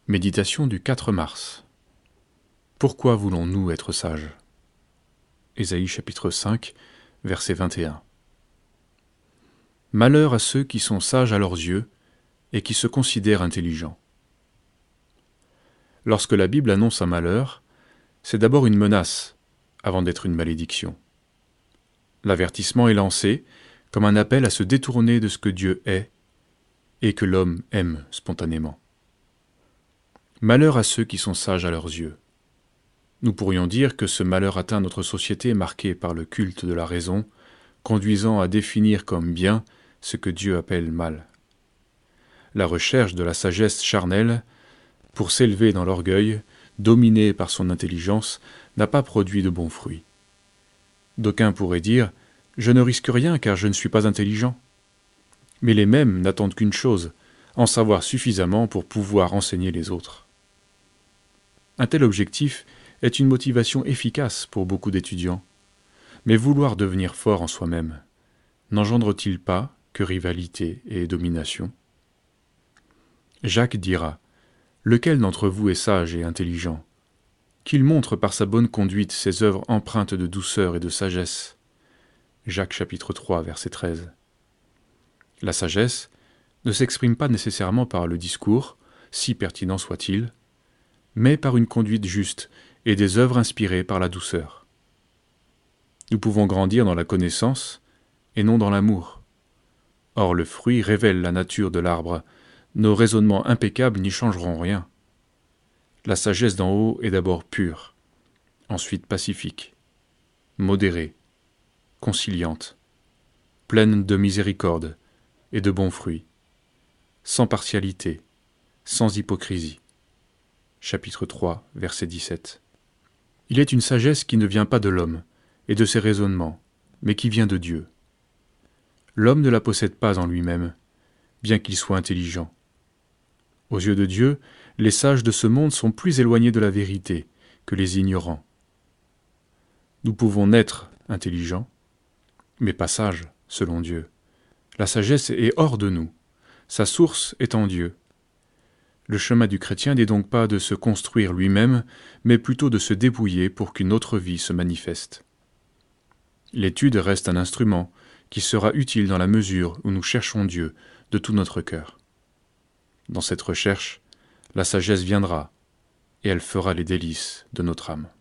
Méditation du 4 mars. Pourquoi voulons-nous être sages? Ésaïe chapitre 5, verset 21. Malheur à ceux qui sont sages à leurs yeux et qui se considèrent intelligents. Lorsque la Bible annonce un malheur, c'est d'abord une menace avant d'être une malédiction. L'avertissement est lancé comme un appel à se détourner de ce que Dieu est et que l'homme aime spontanément. Malheur à ceux qui sont sages à leurs yeux. Nous pourrions dire que ce malheur atteint notre société marquée par le culte de la raison, conduisant à définir comme bien ce que Dieu appelle mal. La recherche de la sagesse charnelle, pour s'élever dans l'orgueil, dominé par son intelligence, n'a pas produit de bons fruits. D'aucuns pourraient dire « Je ne risque rien car je ne suis pas intelligent ». Mais les mêmes n'attendent qu'une chose, en savoir suffisamment pour pouvoir enseigner les autres. Un tel objectif est une motivation efficace pour beaucoup d'étudiants. Mais vouloir devenir fort en soi-même, n'engendre-t-il pas que rivalité et domination? Jacques dira « Lequel d'entre vous est sage et intelligent? Qu'il montre par sa bonne conduite ses œuvres empreintes de douceur et de sagesse. » Jacques chapitre 3, verset 13. La sagesse ne s'exprime pas nécessairement par le discours, si pertinent soit-il, mais par une conduite juste et des œuvres inspirées par la douceur. Nous pouvons grandir dans la connaissance et non dans l'amour. Or le fruit révèle la nature de l'arbre, nos raisonnements impeccables n'y changeront rien. La sagesse d'en haut est d'abord pure, ensuite pacifique, modérée, conciliante, pleine de miséricorde et de bons fruits, sans partialité, sans hypocrisie. Chapitre 3, verset 17. Il est une sagesse qui ne vient pas de l'homme et de ses raisonnements, mais qui vient de Dieu. L'homme ne la possède pas en lui-même, bien qu'il soit intelligent. Aux yeux de Dieu, les sages de ce monde sont plus éloignés de la vérité que les ignorants. Nous pouvons naître intelligents, mais pas sages, selon Dieu. La sagesse est hors de nous, sa source est en Dieu. Le chemin du chrétien n'est donc pas de se construire lui-même, mais plutôt de se dépouiller pour qu'une autre vie se manifeste. L'étude reste un instrument qui sera utile dans la mesure où nous cherchons Dieu de tout notre cœur. Dans cette recherche, la sagesse viendra et elle fera les délices de notre âme.